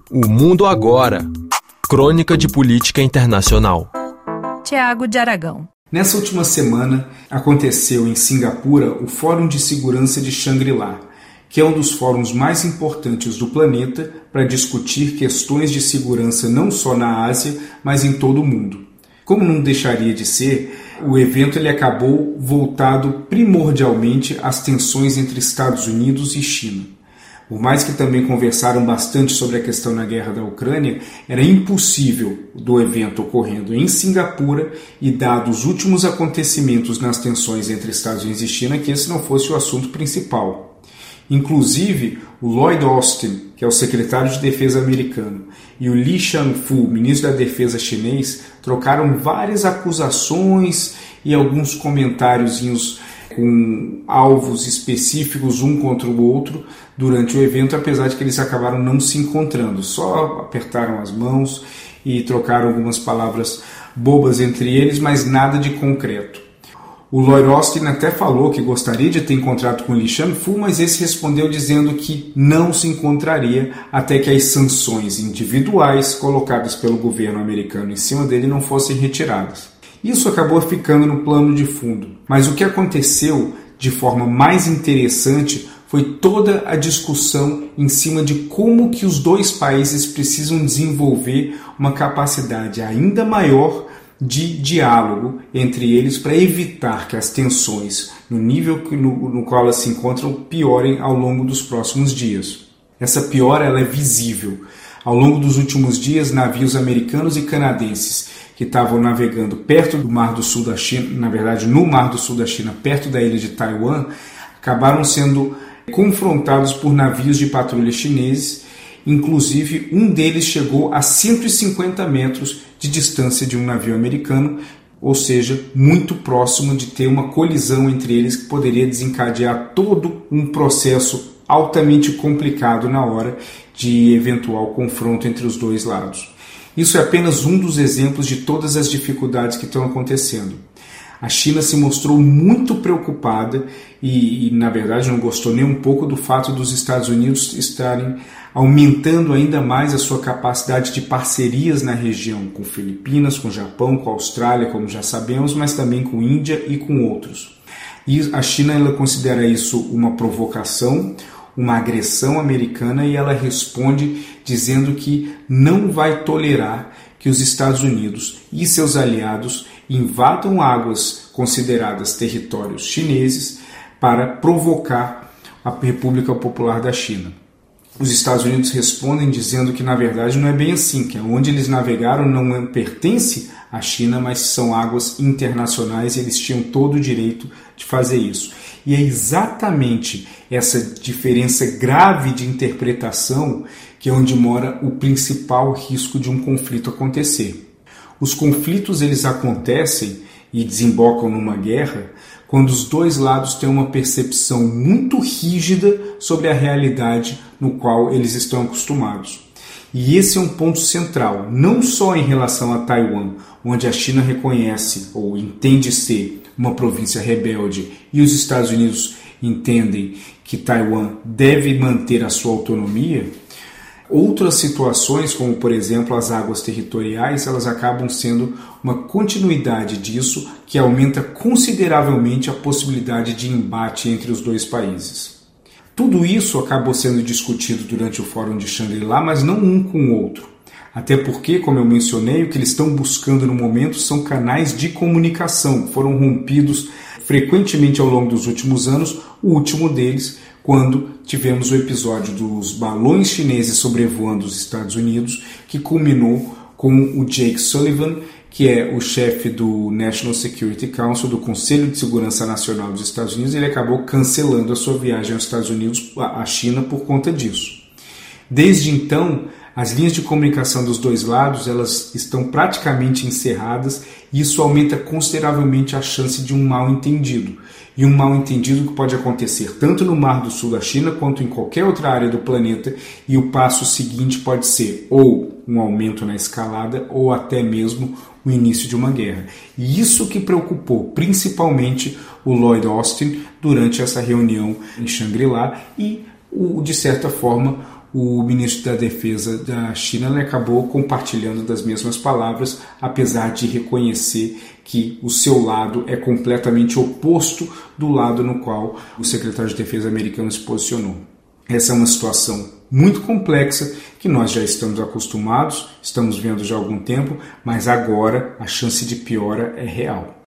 O Mundo Agora. Crônica de Política Internacional. Tiago de Aragão. Nessa última semana, aconteceu em Singapura o Fórum de Segurança de Shangri-La, que é um dos fóruns mais importantes do planeta para discutir questões de segurança não só na Ásia, mas em todo o mundo. Como não deixaria de ser, o evento ele acabou voltado primordialmente às tensões entre Estados Unidos e China. Por mais que também conversaram bastante sobre a questão na guerra da Ucrânia, era impossível do evento ocorrendo em Singapura e dados os últimos acontecimentos nas tensões entre Estados Unidos e China, que esse não fosse o assunto principal. Inclusive, o Lloyd Austin, que é o secretário de Defesa americano, e o Li Shangfu, ministro da Defesa chinês, trocaram várias acusações e alguns comentáriozinhos com alvos específicos um contra o outro durante o evento, apesar de que eles acabaram não se encontrando, só apertaram as mãos e trocaram algumas palavras bobas entre eles, mas nada de concreto. O Lloyd Austin até falou que gostaria de ter encontrado com Li Shangfu, mas esse respondeu dizendo que não se encontraria até que as sanções individuais colocadas pelo governo americano em cima dele não fossem retiradas. Isso acabou ficando no plano de fundo, mas o que aconteceu de forma mais interessante foi toda a discussão em cima de como que os dois países precisam desenvolver uma capacidade ainda maior de diálogo entre eles para evitar que as tensões, no nível no qual elas se encontram, piorem ao longo dos próximos dias. Essa piora ela é visível. Ao longo dos últimos dias, navios americanos e canadenses que estavam navegando perto do Mar do Sul da China, na verdade no Mar do Sul da China, perto da ilha de Taiwan, acabaram sendo confrontados por navios de patrulha chineses. Inclusive, um deles chegou a 150 metros de distância de um navio americano, ou seja, muito próximo de ter uma colisão entre eles que poderia desencadear todo um processo altamente complicado na hora de eventual confronto entre os dois lados. Isso é apenas um dos exemplos de todas as dificuldades que estão acontecendo. A China se mostrou muito preocupada e, na verdade, não gostou nem um pouco do fato dos Estados Unidos estarem aumentando ainda mais a sua capacidade de parcerias na região, com Filipinas, com Japão, com Austrália, como já sabemos, mas também com Índia e com outros. E a China ela considera isso uma provocação, uma agressão americana, e ela responde dizendo que não vai tolerar que os Estados Unidos e seus aliados invadam águas consideradas territórios chineses para provocar a República Popular da China. Os Estados Unidos respondem dizendo que, na verdade, não é bem assim, que onde eles navegaram não pertence à China, mas são águas internacionais e eles tinham todo o direito de fazer isso. E é exatamente essa diferença grave de interpretação que é onde mora o principal risco de um conflito acontecer. Os conflitos eles acontecem e desembocam numa guerra quando os dois lados têm uma percepção muito rígida sobre a realidade no qual eles estão acostumados. E esse é um ponto central, não só em relação a Taiwan, onde a China reconhece ou entende ser uma província rebelde e os Estados Unidos entendem que Taiwan deve manter a sua autonomia. Outras situações, como por exemplo as águas territoriais, elas acabam sendo uma continuidade disso que aumenta consideravelmente a possibilidade de embate entre os dois países. Tudo isso acabou sendo discutido durante o Fórum de Shangri-La, mas não um com o outro. Até porque, como eu mencionei, o que eles estão buscando no momento são canais de comunicação, que foram rompidos frequentemente ao longo dos últimos anos, o último deles quando tivemos o episódio dos balões chineses sobrevoando os Estados Unidos, que culminou com o Jake Sullivan, que é o chefe do National Security Council, do Conselho de Segurança Nacional dos Estados Unidos. Ele acabou cancelando a sua viagem aos Estados Unidos, à China, por conta disso. Desde então, as linhas de comunicação dos dois lados elas estão praticamente encerradas e isso aumenta consideravelmente a chance de um mal-entendido. E um mal-entendido que pode acontecer tanto no Mar do Sul da China quanto em qualquer outra área do planeta, e o passo seguinte pode ser ou um aumento na escalada ou até mesmo o início de uma guerra. E isso que preocupou principalmente o Lloyd Austin durante essa reunião em Shangri-La e, de certa forma, o ministro da Defesa da China acabou compartilhando das mesmas palavras, apesar de reconhecer que o seu lado é completamente oposto do lado no qual o secretário de Defesa americano se posicionou. Essa é uma situação muito complexa que nós já estamos acostumados, estamos vendo já há algum tempo, mas agora a chance de piora é real.